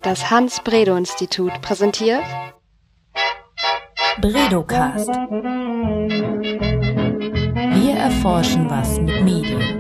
Das Hans-Bredow-Institut präsentiert Bredocast. Wir erforschen was mit Medien.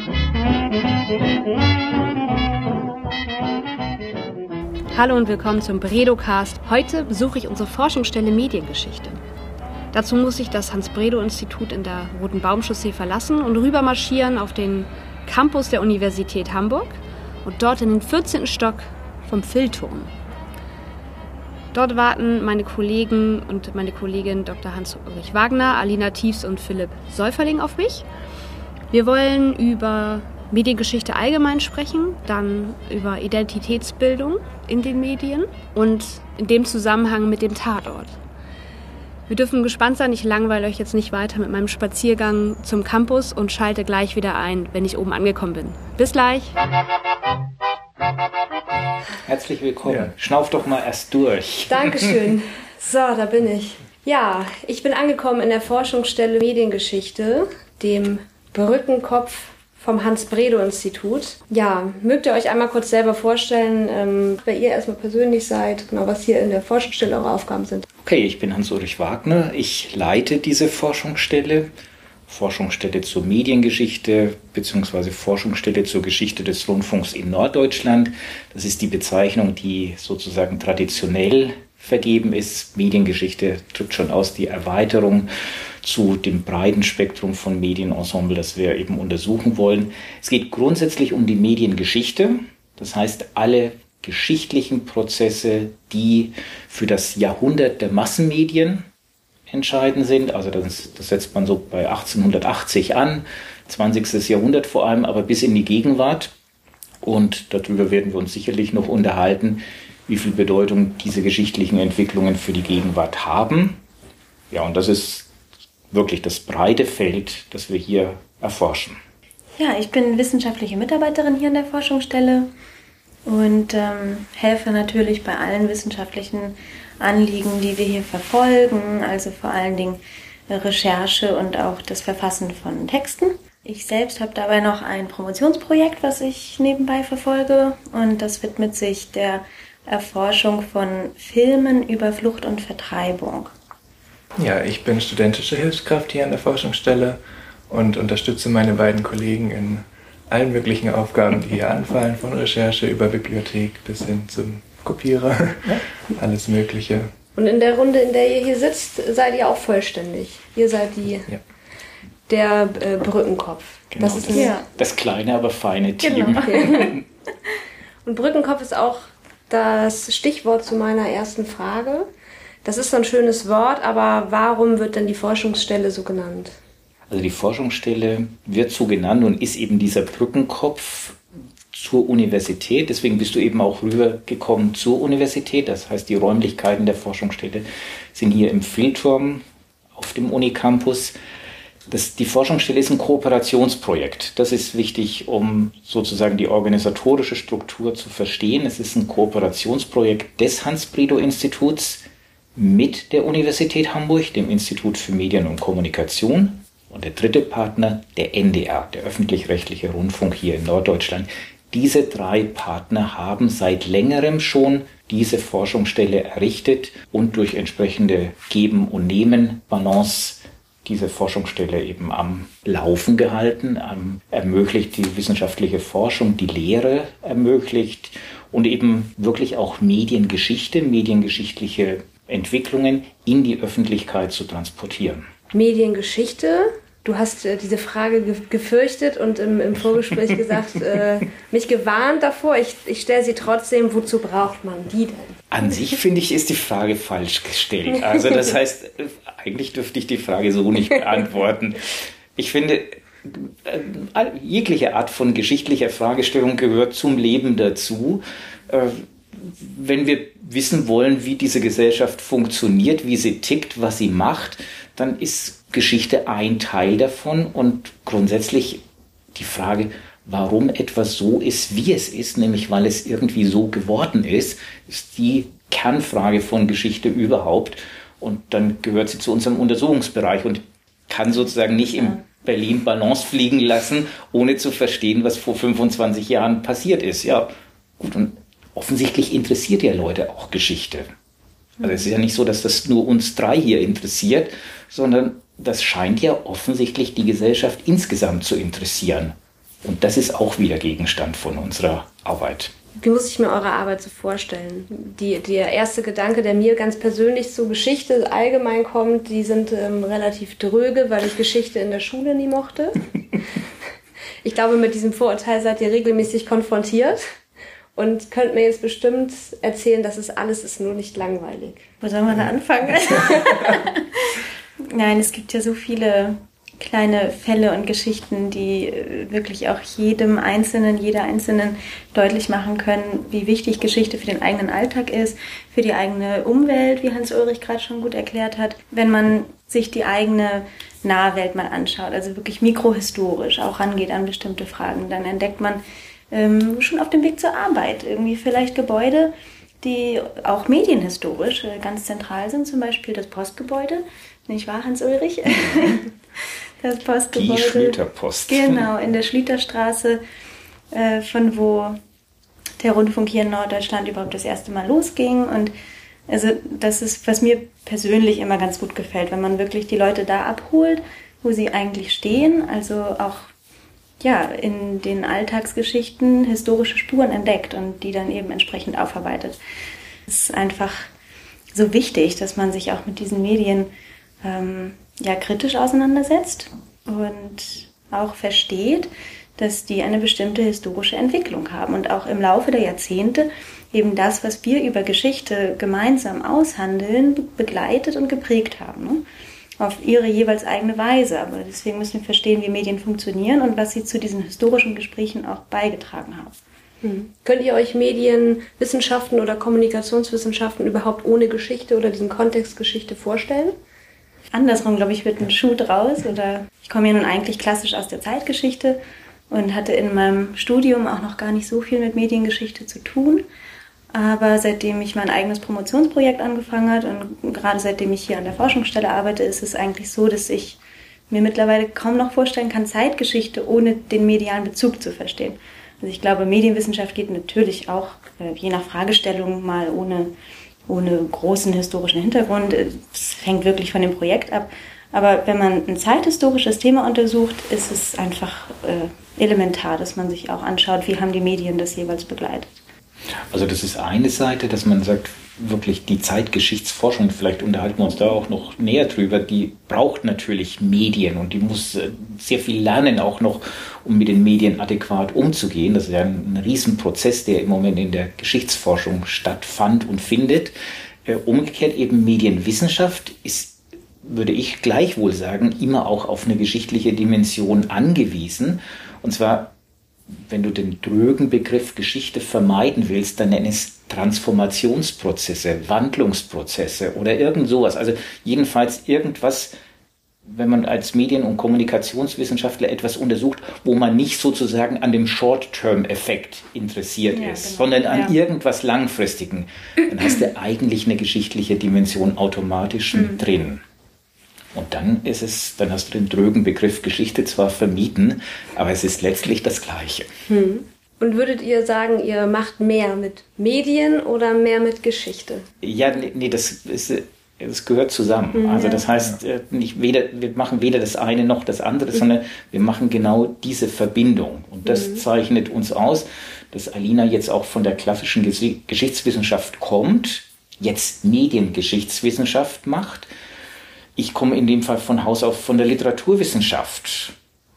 Hallo und willkommen zum Bredocast. Heute besuche ich unsere Forschungsstelle Mediengeschichte. Dazu muss ich das Hans-Bredow-Institut in der Roten Baumchaussee verlassen und rübermarschieren auf den Campus der Universität Hamburg und dort in den 14. Stock vom Philturm. Dort warten meine Kollegen und meine Kollegin Dr. Hans-Ulrich Wagner, Alina Tiefs und Philipp Säuferling auf mich. Wir wollen über Mediengeschichte allgemein sprechen, dann über Identitätsbildung in den Medien und in dem Zusammenhang mit dem Tatort. Wir dürfen gespannt sein, ich langweile euch jetzt nicht weiter mit meinem Spaziergang zum Campus und schalte gleich wieder ein, wenn ich oben angekommen bin. Bis gleich! Herzlich willkommen. Ja. Schnauf doch mal erst durch. Dankeschön. So, da bin ich. Ja, ich bin angekommen in der Forschungsstelle Mediengeschichte, dem Brückenkopf vom Hans-Bredow-Institut. Ja, mögt ihr euch einmal kurz selber vorstellen, wer ihr erstmal persönlich seid, genau was hier in der Forschungsstelle eure Aufgaben sind? Okay, ich bin Hans-Ulrich Wagner. Ich leite diese Forschungsstelle zur Mediengeschichte bzw. Forschungsstelle zur Geschichte des Rundfunks in Norddeutschland. Das ist die Bezeichnung, die sozusagen traditionell vergeben ist. Mediengeschichte drückt schon aus die Erweiterung zu dem breiten Spektrum von Medienensemble, das wir eben untersuchen wollen. Es geht grundsätzlich um die Mediengeschichte, das heißt alle geschichtlichen Prozesse, die für das Jahrhundert der Massenmedien entscheidend sind. Also das setzt man so bei 1880 an, 20. Jahrhundert vor allem, aber bis in die Gegenwart. Und darüber werden wir uns sicherlich noch unterhalten, wie viel Bedeutung diese geschichtlichen Entwicklungen für die Gegenwart haben. Ja, und das ist wirklich das breite Feld, das wir hier erforschen. Ja, ich bin wissenschaftliche Mitarbeiterin hier in der Forschungsstelle und helfe natürlich bei allen wissenschaftlichen Anliegen, die wir hier verfolgen, also vor allen Dingen Recherche und auch das Verfassen von Texten. Ich selbst habe dabei noch ein Promotionsprojekt, was ich nebenbei verfolge, und das widmet sich der Erforschung von Filmen über Flucht und Vertreibung. Ja, ich bin studentische Hilfskraft hier an der Forschungsstelle und unterstütze meine beiden Kollegen in allen möglichen Aufgaben, die hier anfallen, von Recherche über Bibliothek bis hin zum Kopierer, alles Mögliche. Und in der Runde, in der ihr hier sitzt, seid ihr auch vollständig. Ihr seid der Brückenkopf. Genau, das ist das kleine, aber feine Team. Genau. Okay. Und Brückenkopf ist auch das Stichwort zu meiner ersten Frage. Das ist so ein schönes Wort, aber warum wird denn die Forschungsstelle so genannt? Also die Forschungsstelle wird so genannt und ist eben dieser Brückenkopf zur Universität. Deswegen bist du eben auch rübergekommen zur Universität. Das heißt, die Räumlichkeiten der Forschungsstelle sind hier im Philturm auf dem Unicampus. Die Forschungsstelle ist ein Kooperationsprojekt. Das ist wichtig, um sozusagen die organisatorische Struktur zu verstehen. Es ist ein Kooperationsprojekt des Hans-Bredow-Instituts mit der Universität Hamburg, dem Institut für Medien und Kommunikation, und der dritte Partner, der NDR, der öffentlich-rechtliche Rundfunk hier in Norddeutschland. Diese drei Partner haben seit längerem schon diese Forschungsstelle errichtet und durch entsprechende Geben- und Nehmen-Balance diese Forschungsstelle eben am Laufen gehalten, ermöglicht die wissenschaftliche Forschung, die Lehre ermöglicht und eben wirklich auch Mediengeschichte, mediengeschichtliche Entwicklungen in die Öffentlichkeit zu transportieren. Mediengeschichte, du hast diese Frage gefürchtet und im Vorgespräch gesagt, mich gewarnt davor. Ich stelle sie trotzdem, wozu braucht man die denn? An sich finde ich, ist die Frage falsch gestellt. Also das heißt, eigentlich dürfte ich die Frage so nicht beantworten. Ich finde, jegliche Art von geschichtlicher Fragestellung gehört zum Leben dazu. Wenn wir wissen wollen, wie diese Gesellschaft funktioniert, wie sie tickt, was sie macht, dann ist Geschichte ein Teil davon. Und grundsätzlich die Frage, warum etwas so ist, wie es ist, nämlich weil es irgendwie so geworden ist die Kernfrage von Geschichte überhaupt. Und dann gehört sie zu unserem Untersuchungsbereich und kann sozusagen nicht in Berlin Balance fliegen lassen, ohne zu verstehen, was vor 25 Jahren passiert ist. Ja, gut, und offensichtlich interessiert ja Leute auch Geschichte. Also es ist ja nicht so, dass das nur uns drei hier interessiert, sondern das scheint ja offensichtlich die Gesellschaft insgesamt zu interessieren. Und das ist auch wieder Gegenstand von unserer Arbeit. Wie muss ich mir eure Arbeit so vorstellen? Der erste Gedanke, der mir ganz persönlich zur Geschichte allgemein kommt, die sind relativ dröge, weil ich Geschichte in der Schule nie mochte. Ich glaube, mit diesem Vorurteil seid ihr regelmäßig konfrontiert und könnt mir jetzt bestimmt erzählen, dass es alles ist, nur nicht langweilig. Wo sollen wir da anfangen? Nein, es gibt ja so viele kleine Fälle und Geschichten, die wirklich auch jeder Einzelnen deutlich machen können, wie wichtig Geschichte für den eigenen Alltag ist, für die eigene Umwelt, wie Hans-Ulrich gerade schon gut erklärt hat. Wenn man sich die eigene Nahwelt mal anschaut, also wirklich mikrohistorisch auch rangeht an bestimmte Fragen, dann entdeckt man schon auf dem Weg zur Arbeit irgendwie vielleicht Gebäude, die auch medienhistorisch ganz zentral sind, zum Beispiel das Postgebäude, nicht wahr, Hans-Ulrich? Das Postgebäude. Die Schlüterpost. Genau, in der Schlüterstraße, von wo der Rundfunk hier in Norddeutschland überhaupt das erste Mal losging. Und also das ist, was mir persönlich immer ganz gut gefällt, wenn man wirklich die Leute da abholt, wo sie eigentlich stehen, also auch in den Alltagsgeschichten historische Spuren entdeckt und die dann eben entsprechend aufarbeitet. Es ist einfach so wichtig, dass man sich auch mit diesen Medien kritisch auseinandersetzt und auch versteht, dass die eine bestimmte historische Entwicklung haben und auch im Laufe der Jahrzehnte eben das, was wir über Geschichte gemeinsam aushandeln, begleitet und geprägt haben, ne? Auf ihre jeweils eigene Weise. Aber deswegen müssen wir verstehen, wie Medien funktionieren und was sie zu diesen historischen Gesprächen auch beigetragen haben. Könnt ihr euch Medienwissenschaften oder Kommunikationswissenschaften überhaupt ohne Geschichte oder diesen Kontext Geschichte vorstellen? Andersrum, glaube ich, wird ein Schuh draus. Oder ich komme ja nun eigentlich klassisch aus der Zeitgeschichte und hatte in meinem Studium auch noch gar nicht so viel mit Mediengeschichte zu tun. Aber seitdem ich mein eigenes Promotionsprojekt angefangen habe und gerade seitdem ich hier an der Forschungsstelle arbeite, ist es eigentlich so, dass ich mir mittlerweile kaum noch vorstellen kann, Zeitgeschichte ohne den medialen Bezug zu verstehen. Also ich glaube, Medienwissenschaft geht natürlich auch je nach Fragestellung mal ohne großen historischen Hintergrund. Es hängt wirklich von dem Projekt ab. Aber wenn man ein zeithistorisches Thema untersucht, ist es einfach elementar, dass man sich auch anschaut, wie haben die Medien das jeweils begleitet. Also das ist eine Seite, dass man sagt, wirklich die Zeitgeschichtsforschung, vielleicht unterhalten wir uns da auch noch näher drüber, die braucht natürlich Medien und die muss sehr viel lernen auch noch, um mit den Medien adäquat umzugehen. Das ist ja ein Riesenprozess, der im Moment in der Geschichtsforschung stattfand und findet. Umgekehrt eben Medienwissenschaft ist, würde ich gleichwohl sagen, immer auch auf eine geschichtliche Dimension angewiesen. Und zwar, wenn du den drögen Begriff Geschichte vermeiden willst, dann nenn es Transformationsprozesse, Wandlungsprozesse oder irgend sowas. Also jedenfalls irgendwas, wenn man als Medien- und Kommunikationswissenschaftler etwas untersucht, wo man nicht sozusagen an dem Short-Term-Effekt interessiert ist, sondern an irgendwas Langfristigen, dann hast du eigentlich eine geschichtliche Dimension automatisch mit drin. Und dann hast du den drögen Begriff Geschichte zwar vermieden, aber es ist letztlich das Gleiche. Und würdet ihr sagen, ihr macht mehr mit Medien oder mehr mit Geschichte? Ja, nee, das gehört zusammen. Also das heißt, wir machen weder das eine noch das andere, sondern wir machen genau diese Verbindung. Und das zeichnet uns aus, dass Alina jetzt auch von der klassischen Geschichtswissenschaft kommt, jetzt Mediengeschichtswissenschaft macht. Ich komme in dem Fall von Haus auf von der Literaturwissenschaft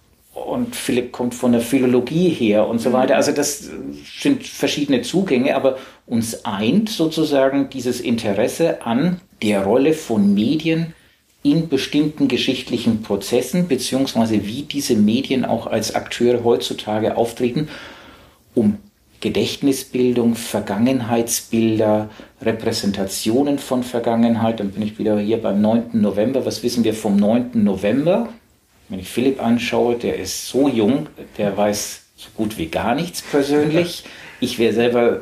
und Philipp kommt von der Philologie her und so weiter. Also das sind verschiedene Zugänge, aber uns eint sozusagen dieses Interesse an der Rolle von Medien in bestimmten geschichtlichen Prozessen, beziehungsweise wie diese Medien auch als Akteure heutzutage auftreten, um Gedächtnisbildung, Vergangenheitsbilder, Repräsentationen von Vergangenheit. Dann bin ich wieder hier beim 9. November. Was wissen wir vom 9. November? Wenn ich Philipp anschaue, der ist so jung, der weiß so gut wie gar nichts persönlich. Ich wäre selber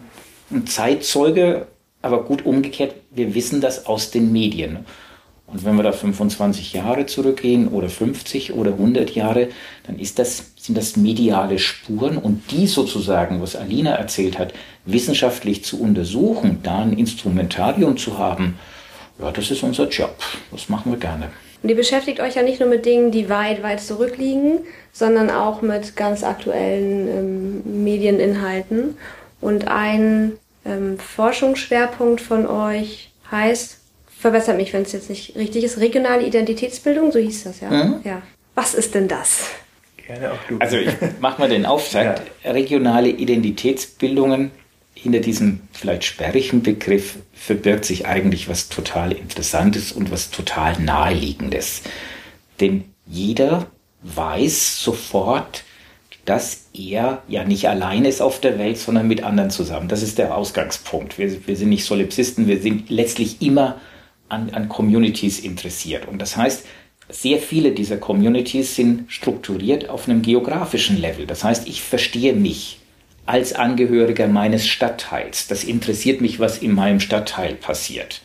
ein Zeitzeuge, aber gut umgekehrt, wir wissen das aus den Medien. Und wenn wir da 25 Jahre zurückgehen oder 50 oder 100 Jahre, dann ist das sind das mediale Spuren und die sozusagen, was Alina erzählt hat, wissenschaftlich zu untersuchen, da ein Instrumentarium zu haben, ja, das ist unser Job. Das machen wir gerne. Und ihr beschäftigt euch ja nicht nur mit Dingen, die weit, weit zurückliegen, sondern auch mit ganz aktuellen Medieninhalten. Und ein Forschungsschwerpunkt von euch heißt, verbessert mich, wenn es jetzt nicht richtig ist, regionale Identitätsbildung, so hieß das, ja? Mhm. Ja. Was ist denn das? Gerne auch du. Also ich mache mal den Auftakt. Ja. Regionale Identitätsbildungen, hinter diesem vielleicht sperrigen Begriff verbirgt sich eigentlich was total Interessantes und was total Naheliegendes. Denn jeder weiß sofort, dass er ja nicht allein ist auf der Welt, sondern mit anderen zusammen. Das ist der Ausgangspunkt. Wir sind nicht Solipsisten, wir sind letztlich immer an Communities interessiert. Und das heißt, sehr viele dieser Communities sind strukturiert auf einem geografischen Level. Das heißt, ich verstehe mich als Angehöriger meines Stadtteils. Das interessiert mich, was in meinem Stadtteil passiert.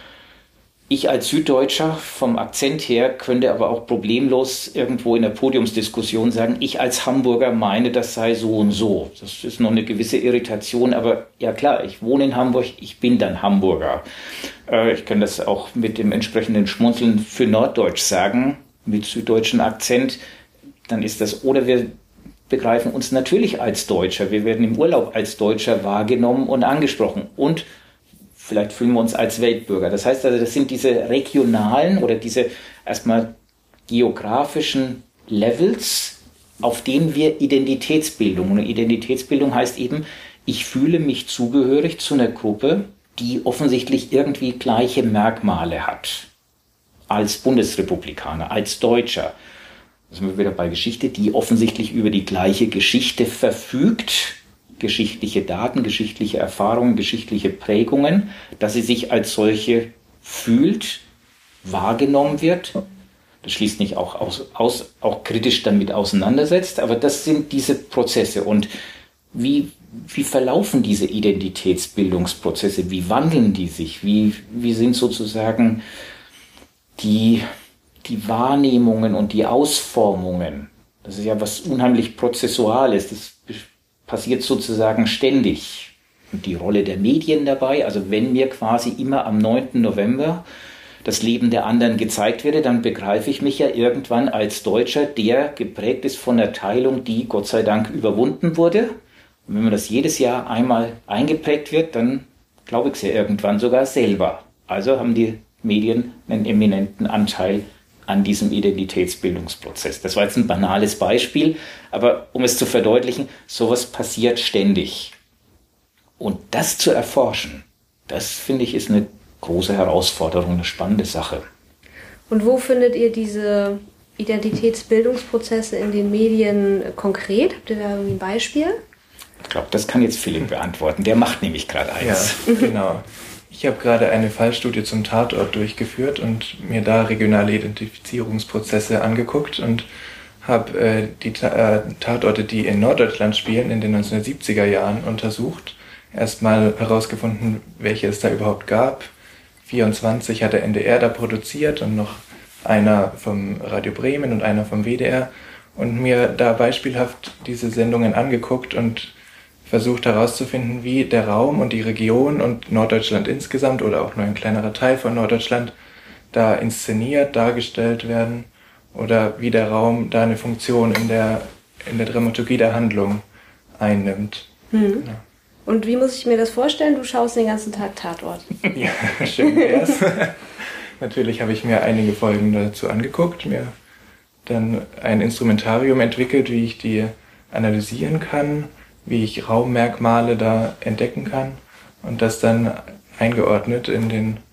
Ich als Süddeutscher vom Akzent her könnte aber auch problemlos irgendwo in der Podiumsdiskussion sagen, ich als Hamburger meine, das sei so und so. Das ist noch eine gewisse Irritation, aber ja klar, ich wohne in Hamburg, ich bin dann Hamburger. Ich kann das auch mit dem entsprechenden Schmunzeln für Norddeutsch sagen, mit süddeutschem Akzent. Dann ist das, oder wir begreifen uns natürlich als Deutscher. Wir werden im Urlaub als Deutscher wahrgenommen und angesprochen und vielleicht fühlen wir uns als Weltbürger. Das heißt also, das sind diese regionalen oder diese erstmal geografischen Levels, auf denen wir Identitätsbildung, und Identitätsbildung heißt eben, ich fühle mich zugehörig zu einer Gruppe, die offensichtlich irgendwie gleiche Merkmale hat. Als Bundesrepublikaner, als Deutscher. Da sind wir wieder bei Geschichte, die offensichtlich über die gleiche Geschichte verfügt, geschichtliche Daten, geschichtliche Erfahrungen, geschichtliche Prägungen, dass sie sich als solche fühlt, wahrgenommen wird. Das schließt nicht auch auch kritisch damit auseinandersetzt, aber das sind diese Prozesse. Und wie verlaufen diese Identitätsbildungsprozesse? Wie wandeln die sich? Wie sind sozusagen die Wahrnehmungen und die Ausformungen? Das ist ja was unheimlich Prozessuales. Das passiert sozusagen ständig. Und die Rolle der Medien dabei, also wenn mir quasi immer am 9. November das Leben der anderen gezeigt wird, dann begreife ich mich ja irgendwann als Deutscher, der geprägt ist von der Teilung, die Gott sei Dank überwunden wurde. Und wenn mir das jedes Jahr einmal eingeprägt wird, dann glaube ich es ja irgendwann sogar selber. Also haben die Medien einen eminenten Anteil an diesem Identitätsbildungsprozess. Das war jetzt ein banales Beispiel, aber um es zu verdeutlichen, sowas passiert ständig. Und das zu erforschen, das finde ich ist eine große Herausforderung, eine spannende Sache. Und wo findet ihr diese Identitätsbildungsprozesse in den Medien konkret? Habt ihr da irgendwie ein Beispiel? Ich glaube, das kann jetzt Philipp beantworten. Der macht nämlich gerade eins. Ja, genau. Ich habe gerade eine Fallstudie zum Tatort durchgeführt und mir da regionale Identifizierungsprozesse angeguckt und habe die Tatorte, die in Norddeutschland spielen, in den 1970er Jahren untersucht. Erstmal herausgefunden, welche es da überhaupt gab. 24 hat der NDR da produziert und noch einer vom Radio Bremen und einer vom WDR. Und mir da beispielhaft diese Sendungen angeguckt und versucht herauszufinden, wie der Raum und die Region und Norddeutschland insgesamt oder auch nur ein kleinerer Teil von Norddeutschland da inszeniert, dargestellt werden oder wie der Raum da eine Funktion in der Dramaturgie der Handlung einnimmt. Hm. Ja. Und wie muss ich mir das vorstellen? Du schaust den ganzen Tag Tatort. Ja, schön wär's. Natürlich habe ich mir einige Folgen dazu angeguckt, mir dann ein Instrumentarium entwickelt, wie ich die analysieren kann, wie ich Raummerkmale da entdecken kann und das dann eingeordnet in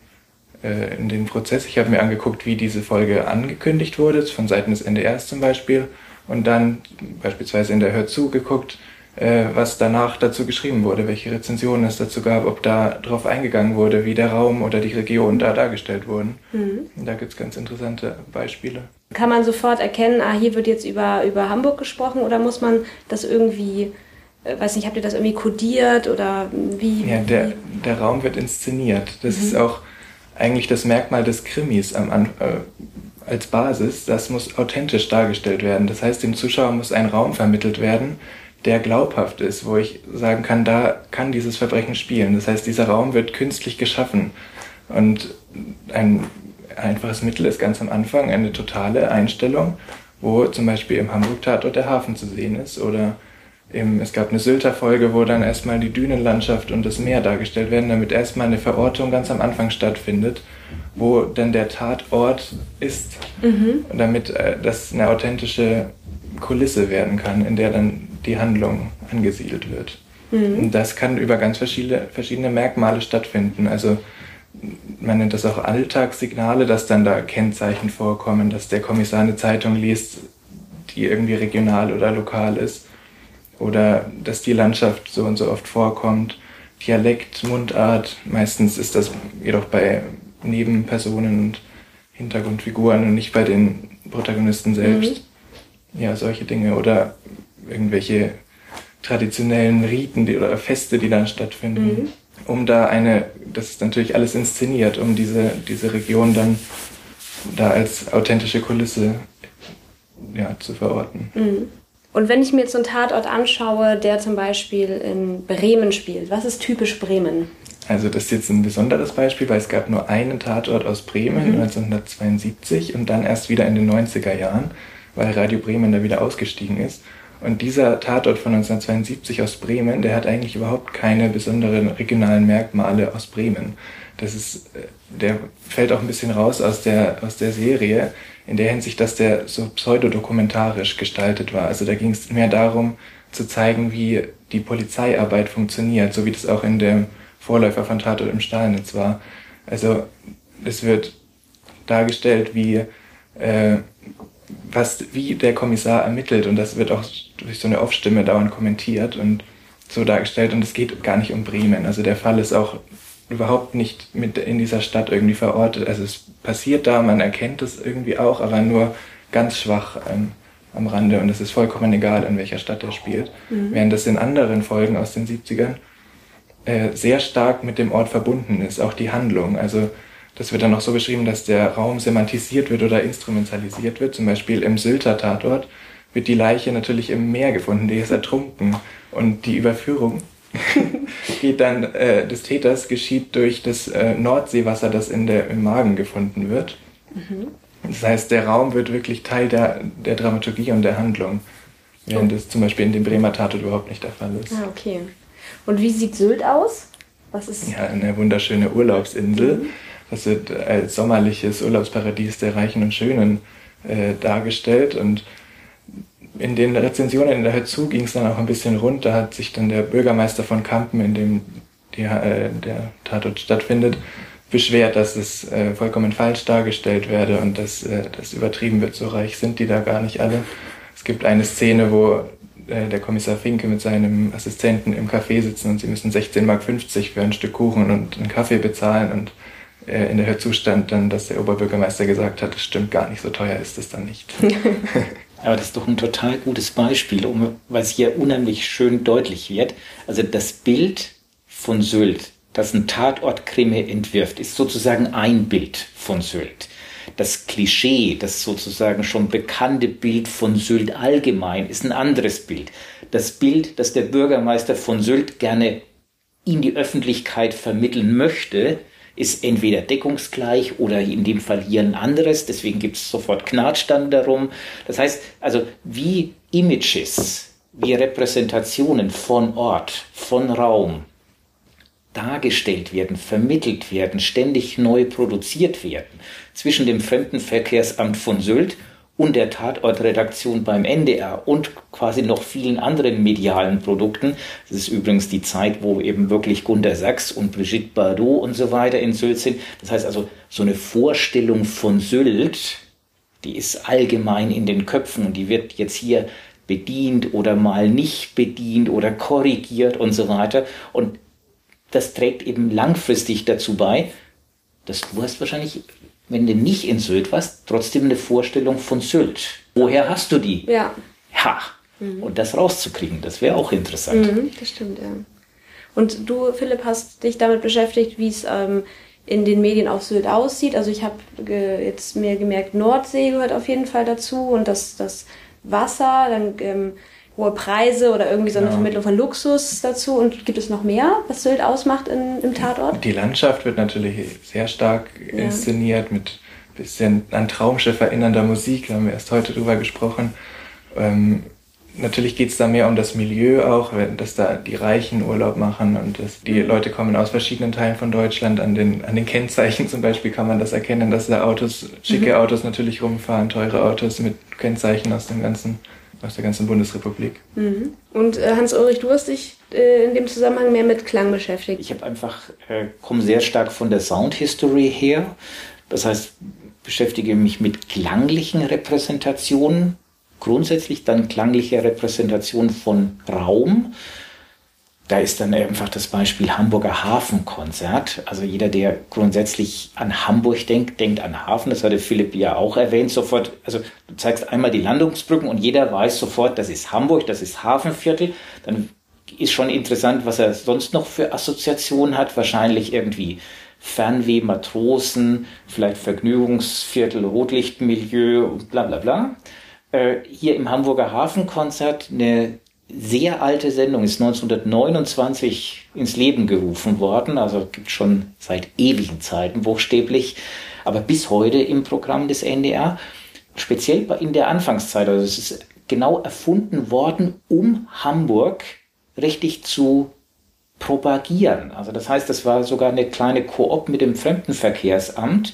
den Prozess. Ich habe mir angeguckt, wie diese Folge angekündigt wurde, von Seiten des NDRs zum Beispiel, und dann beispielsweise in der Hör zu geguckt, was danach dazu geschrieben wurde, welche Rezensionen es dazu gab, ob da drauf eingegangen wurde, wie der Raum oder die Region da dargestellt wurden. Mhm. Da gibt es ganz interessante Beispiele. Kann man sofort erkennen, hier wird jetzt über Hamburg gesprochen, oder muss man das irgendwie, weiß nicht, habt ihr das irgendwie kodiert oder wie? Ja, der Raum wird inszeniert. Das ist auch eigentlich das Merkmal des Krimis als Basis, das muss authentisch dargestellt werden. Das heißt, dem Zuschauer muss ein Raum vermittelt werden, der glaubhaft ist, wo ich sagen kann, da kann dieses Verbrechen spielen. Das heißt, dieser Raum wird künstlich geschaffen. Und ein einfaches Mittel ist ganz am Anfang eine totale Einstellung, wo zum Beispiel im Hamburg-Tatort der Hafen zu sehen ist. Oder es gab eine Sylter Folge, wo dann erstmal die Dünenlandschaft und das Meer dargestellt werden, damit erstmal eine Verortung ganz am Anfang stattfindet, wo dann der Tatort ist. Und damit das eine authentische Kulisse werden kann, in der dann die Handlung angesiedelt wird. Und das kann über ganz verschiedene Merkmale stattfinden. Also man nennt das auch Alltagssignale, dass dann da Kennzeichen vorkommen, dass der Kommissar eine Zeitung liest, die irgendwie regional oder lokal ist. Oder dass die Landschaft so und so oft vorkommt. Dialekt, Mundart, meistens ist das jedoch bei Nebenpersonen und Hintergrundfiguren und nicht bei den Protagonisten selbst. Ja, solche Dinge. Oder irgendwelche traditionellen Riten oder Feste, die dann stattfinden. Um da das ist natürlich alles inszeniert, um diese Region dann da als authentische Kulisse zu verorten. Und wenn ich mir jetzt so einen Tatort anschaue, der zum Beispiel in Bremen spielt, was ist typisch Bremen? Also das ist jetzt ein besonderes Beispiel, weil es gab nur einen Tatort aus Bremen 1972 und dann erst wieder in den 90er Jahren, weil Radio Bremen da wieder ausgestiegen ist. Und dieser Tatort von 1972 aus Bremen, der hat eigentlich überhaupt keine besonderen regionalen Merkmale aus Bremen. Der fällt auch ein bisschen raus aus der Serie, in der Hinsicht, dass der so pseudodokumentarisch gestaltet war. Also da ging es mehr darum, zu zeigen, wie die Polizeiarbeit funktioniert, so wie das auch in dem Vorläufer von Tatort im Stahlnetz war. Also es wird dargestellt, wie der Kommissar ermittelt, und das wird auch durch so eine Off-Stimme dauernd kommentiert und so dargestellt, und es geht gar nicht um Bremen. Also der Fall ist auch überhaupt nicht mit in dieser Stadt irgendwie verortet. Also es passiert da, man erkennt es irgendwie auch, aber nur ganz schwach am Rande, und es ist vollkommen egal, in welcher Stadt er spielt. Während das in anderen Folgen aus den 70ern sehr stark mit dem Ort verbunden ist, auch die Handlung. Also das wird dann auch so beschrieben, dass der Raum semantisiert wird oder instrumentalisiert wird. Zum Beispiel im Sylter Tatort wird die Leiche natürlich im Meer gefunden, die ist ertrunken. Und die Überführung geht dann des Täters geschieht durch das Nordseewasser, das im Magen gefunden wird. Das heißt, der Raum wird wirklich Teil der Dramaturgie und der Handlung, während das zum Beispiel in dem Bremer Tatort überhaupt nicht der Fall ist. Ah, okay. Und wie sieht Sylt aus? Was ist? Ja, eine wunderschöne Urlaubsinsel. Das wird als sommerliches Urlaubsparadies der Reichen und Schönen dargestellt. Und in den Rezensionen in der Hörzu ging es dann auch ein bisschen rund. Da hat sich dann der Bürgermeister von Kampen, in dem der Tatort stattfindet, beschwert, dass es vollkommen falsch dargestellt werde und dass das übertrieben wird. So reich sind die da gar nicht alle. Es gibt eine Szene, wo der Kommissar Finke mit seinem Assistenten im Café sitzen und sie müssen 16,50 Mark für ein Stück Kuchen und einen Kaffee bezahlen, und in der Hörzu stand dann, dass der Oberbürgermeister gesagt hat, das stimmt gar nicht, so teuer ist es dann nicht. Aber das ist doch ein total gutes Beispiel, weil es hier unheimlich schön deutlich wird. Also das Bild von Sylt, das ein Tatort-Krimi entwirft, ist sozusagen ein Bild von Sylt. Das Klischee, das sozusagen schon bekannte Bild von Sylt allgemein, ist ein anderes Bild. Das Bild, das der Bürgermeister von Sylt gerne in die Öffentlichkeit vermitteln möchte, ist entweder deckungsgleich oder in dem Fall hier ein anderes. Deswegen gibt es sofort Knatsch dann darum. Das heißt, also wie Images, wie Repräsentationen von Ort, von Raum dargestellt werden, vermittelt werden, ständig neu produziert werden zwischen dem Fremdenverkehrsamt von Sylt und der Tatortredaktion beim NDR und quasi noch vielen anderen medialen Produkten. Das ist übrigens die Zeit, wo eben wirklich Gunter Sachs und Brigitte Bardot und so weiter in Sylt sind. Das heißt also, so eine Vorstellung von Sylt, die ist allgemein in den Köpfen, und die wird jetzt hier bedient oder mal nicht bedient oder korrigiert und so weiter. Und das trägt eben langfristig dazu bei, dass du hast wahrscheinlich, wenn du nicht in Sylt warst, trotzdem eine Vorstellung von Sylt. Woher hast du die? Ja. Ha! Und das rauszukriegen, das wäre auch interessant. Das stimmt, ja. Und du, Philipp, hast dich damit beschäftigt, wie es in den Medien auf Sylt aussieht. Also ich habe jetzt mir gemerkt, Nordsee gehört auf jeden Fall dazu und das Wasser, dann hohe Preise oder irgendwie so eine Vermittlung von Luxus dazu. Und gibt es noch mehr, was Sylt ausmacht im Tatort? Die Landschaft wird natürlich sehr stark inszeniert mit ein bisschen an Traumschiff erinnernder Musik, da haben wir erst heute drüber gesprochen. Natürlich geht es da mehr um das Milieu auch, dass da die Reichen Urlaub machen und dass die Leute kommen aus verschiedenen Teilen von Deutschland. An den Kennzeichen zum Beispiel kann man das erkennen, dass da schicke Autos natürlich rumfahren, teure Autos mit Kennzeichen aus der ganzen Bundesrepublik. Mhm. Und Hans-Ulrich, du hast dich in dem Zusammenhang mehr mit Klang beschäftigt. Ich komme sehr stark von der Sound History her. Das heißt, beschäftige mich mit klanglichen Repräsentationen. Grundsätzlich dann klangliche Repräsentation von Raum. Da ist dann einfach das Beispiel Hamburger Hafenkonzert. Also jeder, der grundsätzlich an Hamburg denkt an Hafen. Das hatte Philipp ja auch erwähnt. Sofort, also du zeigst einmal die Landungsbrücken und jeder weiß sofort, das ist Hamburg, das ist Hafenviertel. Dann ist schon interessant, was er sonst noch für Assoziationen hat. Wahrscheinlich irgendwie Fernweh, Matrosen, vielleicht Vergnügungsviertel, Rotlichtmilieu und bla bla bla. Hier im Hamburger Hafenkonzert eine sehr alte Sendung, ist 1929 ins Leben gerufen worden, also gibt schon seit ewigen Zeiten buchstäblich, aber bis heute im Programm des NDR, speziell in der Anfangszeit, also es ist genau erfunden worden, um Hamburg richtig zu propagieren. Also das heißt, das war sogar eine kleine Koop mit dem Fremdenverkehrsamt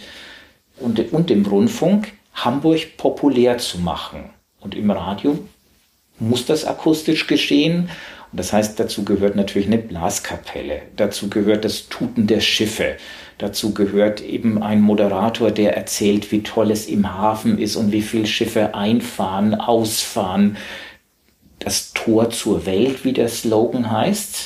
und dem Rundfunk, Hamburg populär zu machen. Und im Radio muss das akustisch geschehen. Und das heißt, dazu gehört natürlich eine Blaskapelle. Dazu gehört das Tuten der Schiffe. Dazu gehört eben ein Moderator, der erzählt, wie toll es im Hafen ist und wie viele Schiffe einfahren, ausfahren. Das Tor zur Welt, wie der Slogan heißt.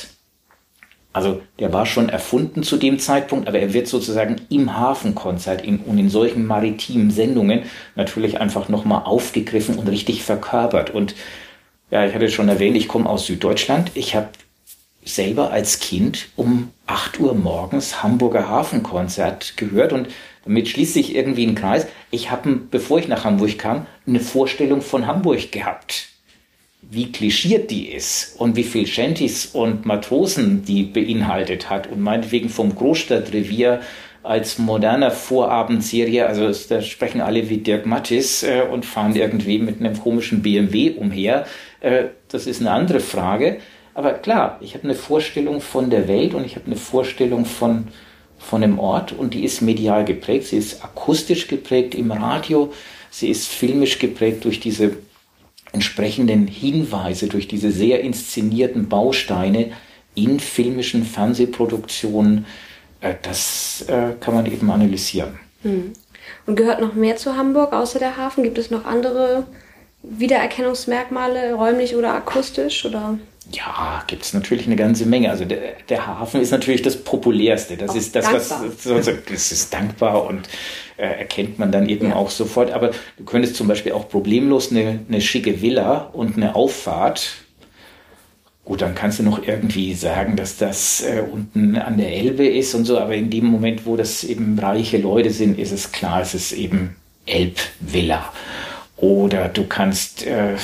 Also der war schon erfunden zu dem Zeitpunkt, aber er wird sozusagen im Hafenkonzert und in solchen maritimen Sendungen natürlich einfach nochmal aufgegriffen und richtig verkörpert. Und ja, ich hatte schon erwähnt, ich komme aus Süddeutschland. Ich habe selber als Kind um 8 Uhr morgens Hamburger Hafenkonzert gehört und damit schließt sich irgendwie ein Kreis. Ich habe, bevor ich nach Hamburg kam, eine Vorstellung von Hamburg gehabt. Wie klischiert die ist und wie viel Shanties und Matrosen die beinhaltet hat und meinetwegen vom Großstadtrevier als moderner Vorabendserie, also da sprechen alle wie Dirk Mattis und fahren irgendwie mit einem komischen BMW umher. Das ist eine andere Frage. Aber klar, ich habe eine Vorstellung von der Welt und ich habe eine Vorstellung von einem Ort und die ist medial geprägt. Sie ist akustisch geprägt im Radio, sie ist filmisch geprägt durch diese entsprechenden Hinweise, durch diese sehr inszenierten Bausteine in filmischen Fernsehproduktionen. Das kann man eben analysieren. Und gehört noch mehr zu Hamburg außer der Hafen? Gibt es noch andere Wiedererkennungsmerkmale, räumlich oder akustisch? Oder? Ja, gibt es natürlich eine ganze Menge. Also der Hafen ist natürlich das Populärste. Das ist das, das ist dankbar und erkennt man dann eben auch sofort. Aber du könntest zum Beispiel auch problemlos eine schicke Villa und eine Auffahrt. Gut, dann kannst du noch irgendwie sagen, dass das unten an der Elbe ist und so. Aber in dem Moment, wo das eben reiche Leute sind, ist es klar, es ist eben Elbvilla. Oder du kannst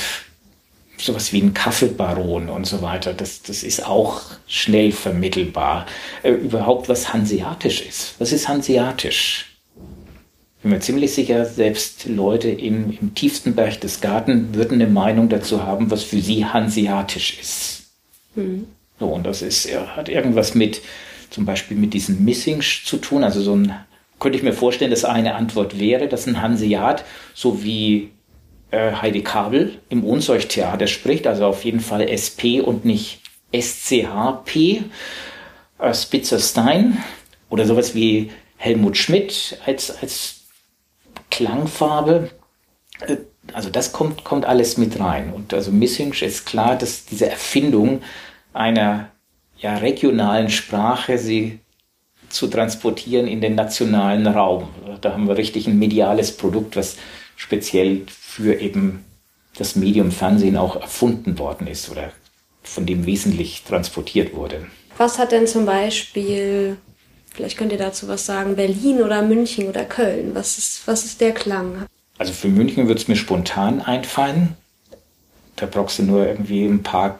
sowas wie ein Kaffeebaron und so weiter, das ist auch schnell vermittelbar. Überhaupt was hanseatisch ist. Was ist hanseatisch? Ich bin mir ziemlich sicher, selbst Leute im tiefsten Berchtesgaden würden eine Meinung dazu haben, was für sie hanseatisch ist. So, und das hat irgendwas mit, zum Beispiel mit diesem Missingsch zu tun. Also könnte ich mir vorstellen, dass eine Antwort wäre, dass ein Hanseat, so wie Heidi Kabel im Ohnsorg-Theater spricht, also auf jeden Fall SP und nicht SCHP, Spitzer Stein oder sowas wie Helmut Schmidt als Klangfarbe. Also das kommt alles mit rein. Und also Missingsch ist klar, dass diese Erfindung einer regionalen Sprache, sie zu transportieren in den nationalen Raum. Da haben wir richtig ein mediales Produkt, was speziell für eben das Medium Fernsehen auch erfunden worden ist oder von dem wesentlich transportiert wurde. Was hat denn zum Beispiel Vielleicht könnt ihr dazu was sagen. Berlin oder München oder Köln? Was ist der Klang? Also für München würde es mir spontan einfallen. Da brauchst du nur irgendwie im Park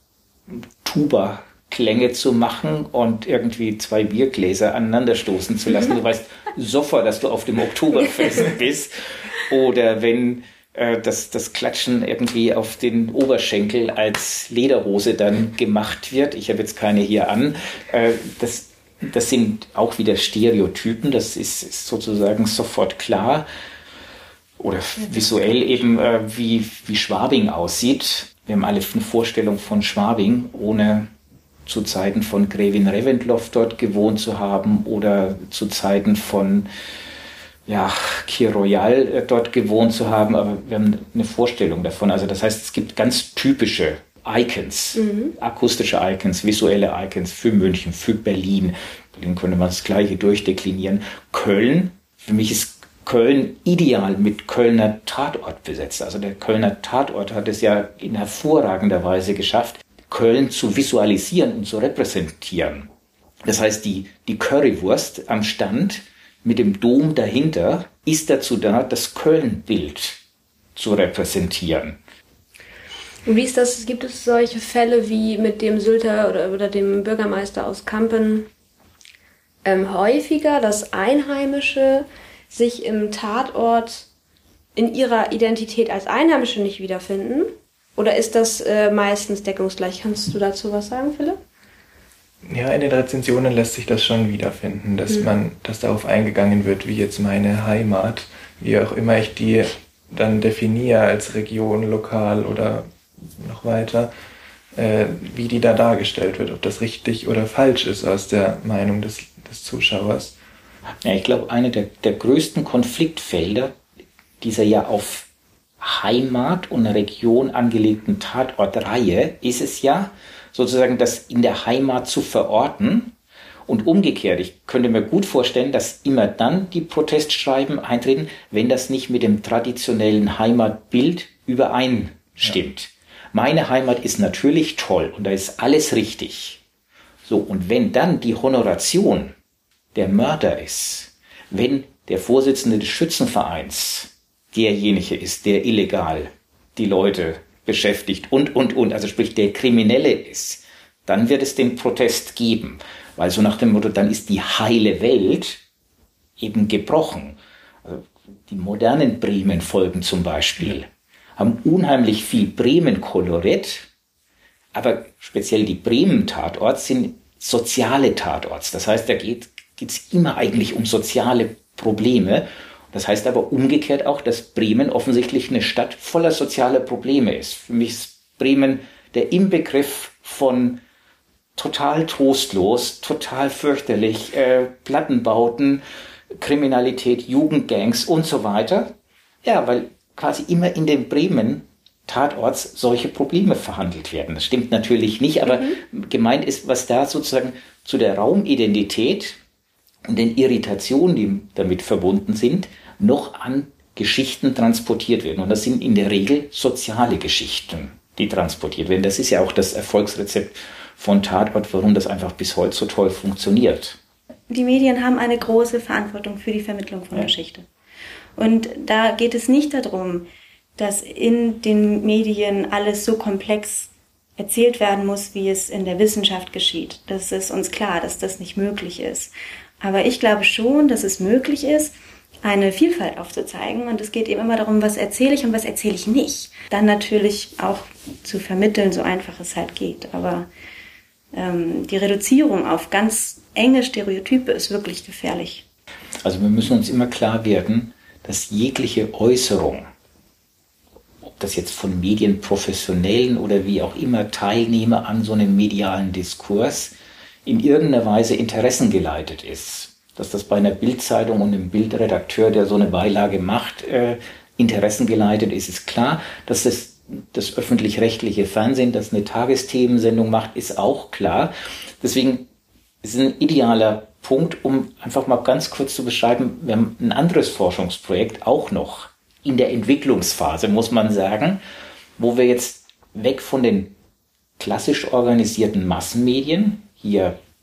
Tuba-Klänge zu machen und irgendwie 2 Biergläser aneinanderstoßen zu lassen. Du weißt sofort, dass du auf dem Oktoberfest bist. Oder wenn das Klatschen irgendwie auf den Oberschenkel als Lederhose dann gemacht wird. Ich habe jetzt keine hier an. Das sind auch wieder Stereotypen. Das ist sozusagen sofort klar. Oder visuell eben, wie Schwabing aussieht. Wir haben alle eine Vorstellung von Schwabing, ohne zu Zeiten von Gräfin Reventlow dort gewohnt zu haben oder zu Zeiten von Kir Royal dort gewohnt zu haben. Aber wir haben eine Vorstellung davon. Also das heißt, es gibt ganz typische Icons, akustische Icons, visuelle Icons für München, für Berlin. Berlin könnte man das Gleiche durchdeklinieren. Köln, für mich ist Köln ideal mit Kölner Tatort besetzt. Also der Kölner Tatort hat es ja in hervorragender Weise geschafft, Köln zu visualisieren und zu repräsentieren. Das heißt, die Currywurst am Stand mit dem Dom dahinter ist dazu da, das Köln-Bild zu repräsentieren. Und wie ist das? Gibt es solche Fälle wie mit dem Sylter oder dem Bürgermeister aus Kampen häufiger, dass Einheimische sich im Tatort in ihrer Identität als Einheimische nicht wiederfinden? Oder ist das meistens deckungsgleich? Kannst du dazu was sagen, Philipp? Ja, in den Rezensionen lässt sich das schon wiederfinden, dass darauf eingegangen wird, wie jetzt meine Heimat, wie auch immer ich die dann definiere als Region, lokal oder noch weiter, wie die da dargestellt wird, ob das richtig oder falsch ist aus der Meinung des Zuschauers. Ja, ich glaube, eine der größten Konfliktfelder dieser ja auf Heimat und Region angelegten Tatortreihe ist es ja, sozusagen das in der Heimat zu verorten und umgekehrt. Ich könnte mir gut vorstellen, dass immer dann die Protestschreiben eintreten, wenn das nicht mit dem traditionellen Heimatbild übereinstimmt. Ja. Meine Heimat ist natürlich toll und da ist alles richtig. So, und wenn dann die Honoration der Mörder ist, wenn der Vorsitzende des Schützenvereins derjenige ist, der illegal die Leute beschäftigt und, also sprich der Kriminelle ist, dann wird es den Protest geben. Weil so nach dem Motto, dann ist die heile Welt eben gebrochen. Also die modernen Bremen-Folgen zum Beispiel haben unheimlich viel Bremen-Kolorit, aber speziell die Bremen-Tatorts sind soziale Tatorts. Das heißt, da geht es immer eigentlich um soziale Probleme. Das heißt aber umgekehrt auch, dass Bremen offensichtlich eine Stadt voller sozialer Probleme ist. Für mich ist Bremen der Inbegriff von total trostlos, total fürchterlich, Plattenbauten, Kriminalität, Jugendgangs und so weiter. Ja, weil quasi immer in den Bremen-Tatorts solche Probleme verhandelt werden. Das stimmt natürlich nicht, aber gemeint ist, was da sozusagen zu der Raumidentität und den Irritationen, die damit verbunden sind, noch an Geschichten transportiert werden. Und das sind in der Regel soziale Geschichten, die transportiert werden. Das ist ja auch das Erfolgsrezept von Tatort, warum das einfach bis heute so toll funktioniert. Die Medien haben eine große Verantwortung für die Vermittlung von Geschichte. Und da geht es nicht darum, dass in den Medien alles so komplex erzählt werden muss, wie es in der Wissenschaft geschieht. Das ist uns klar, dass das nicht möglich ist. Aber ich glaube schon, dass es möglich ist, eine Vielfalt aufzuzeigen. Und es geht eben immer darum, was erzähle ich und was erzähle ich nicht. Dann natürlich auch zu vermitteln, so einfach es halt geht. Aber die Reduzierung auf ganz enge Stereotype ist wirklich gefährlich. Also wir müssen uns immer klar werden, dass jegliche Äußerung, ob das jetzt von Medienprofessionellen oder wie auch immer Teilnehmer an so einem medialen Diskurs, in irgendeiner Weise interessengeleitet ist. Dass das bei einer Bildzeitung und einem Bildredakteur, der so eine Beilage macht, interessengeleitet ist, ist klar. Dass das öffentlich-rechtliche Fernsehen, das eine Tagesthemensendung macht, ist auch klar. Deswegen ist es ein idealer Punkt, um einfach mal ganz kurz zu beschreiben, wir haben ein anderes Forschungsprojekt auch noch in der Entwicklungsphase, muss man sagen, wo wir jetzt weg von den klassisch organisierten Massenmedien, hier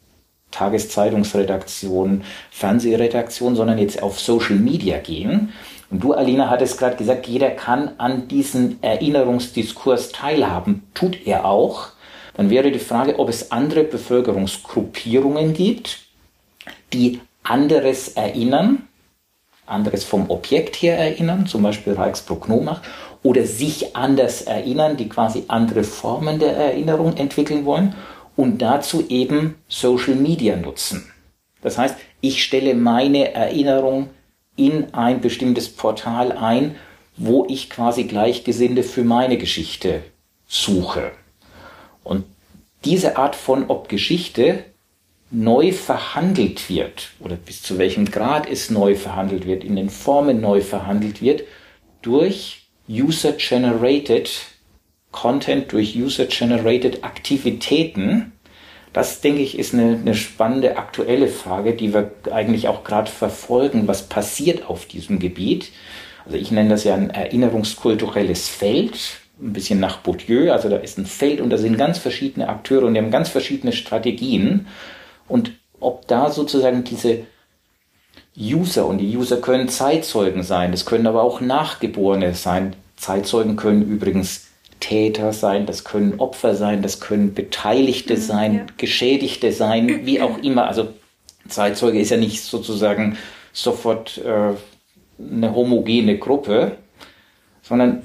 Tageszeitungsredaktion, Fernsehredaktion, sondern jetzt auf Social Media gehen. Und du, Alina, hattest gerade gesagt, jeder kann an diesem Erinnerungsdiskurs teilhaben. Tut er auch. Dann wäre die Frage, ob es andere Bevölkerungsgruppierungen gibt, die anderes erinnern, anderes vom Objekt her erinnern, zum Beispiel Reichsbruck-Nomach, oder sich anders erinnern, die quasi andere Formen der Erinnerung entwickeln wollen und dazu eben Social Media nutzen. Das heißt, ich stelle meine Erinnerung in ein bestimmtes Portal ein, wo ich quasi Gleichgesinnte für meine Geschichte suche. Und diese Art von, ob Geschichte neu verhandelt wird oder bis zu welchem Grad es neu verhandelt wird, in den Formen neu verhandelt wird, durch User-Generated Content, durch User-Generated Aktivitäten. Das, denke ich, ist eine spannende aktuelle Frage, die wir eigentlich auch gerade verfolgen. Was passiert auf diesem Gebiet? Also ich nenne das ja ein erinnerungskulturelles Feld, ein bisschen nach Bourdieu. Also da ist ein Feld und da sind ganz verschiedene Akteure und die haben ganz verschiedene Strategien. Und ob da sozusagen diese User, und die User können Zeitzeugen sein, das können aber auch Nachgeborene sein. Zeitzeugen können übrigens Täter sein, das können Opfer sein, das können Beteiligte sein, ja, Geschädigte sein, wie auch immer. Also Zeitzeuge ist ja nicht sozusagen sofort eine homogene Gruppe, sondern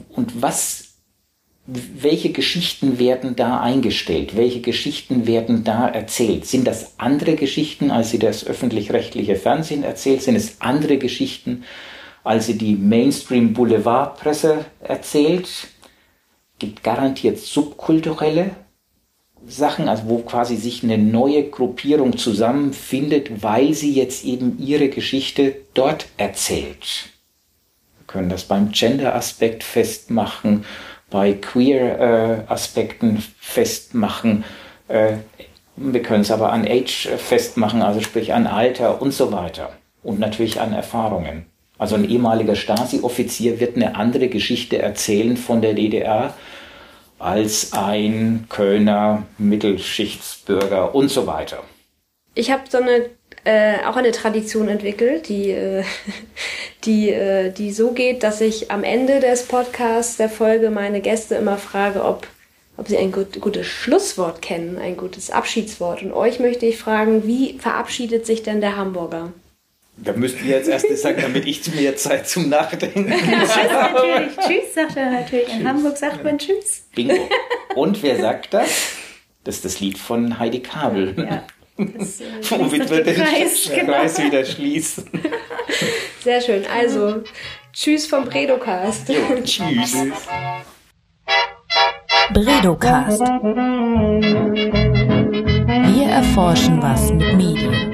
welche Geschichten werden da eingestellt? Welche Geschichten werden da erzählt? Sind das andere Geschichten, als sie das öffentlich-rechtliche Fernsehen erzählt? Sind es andere Geschichten, als sie die Mainstream-Boulevardpresse erzählt? Gibt garantiert subkulturelle Sachen, also wo quasi sich eine neue Gruppierung zusammenfindet, weil sie jetzt eben ihre Geschichte dort erzählt. Wir können das beim Gender-Aspekt festmachen, bei Queer-Aspekten festmachen. Wir können es aber an Age festmachen, also sprich an Alter und so weiter. Und natürlich an Erfahrungen. Also ein ehemaliger Stasi-Offizier wird eine andere Geschichte erzählen von der DDR als ein Kölner Mittelschichtsbürger und so weiter. Ich habe so auch eine Tradition entwickelt, die so geht, dass ich am Ende des Podcasts, der Folge, meine Gäste immer frage, ob sie ein gutes Schlusswort kennen, ein gutes Abschiedswort. Und euch möchte ich fragen, wie verabschiedet sich denn der Hamburger? Da müssten wir jetzt erst sagen, damit ich mir Zeit zum Nachdenken habe. Tschüss natürlich. Tschüss sagt er natürlich. In Hamburg sagt man Tschüss. Bingo. Und wer sagt das? Das ist das Lied von Heidi Kabel. Ja. Womit wir den Kreis wieder schließen. Sehr schön. Also, tschüss vom Bredocast. Jo, tschüss. Bredocast. Wir erforschen was mit Medien.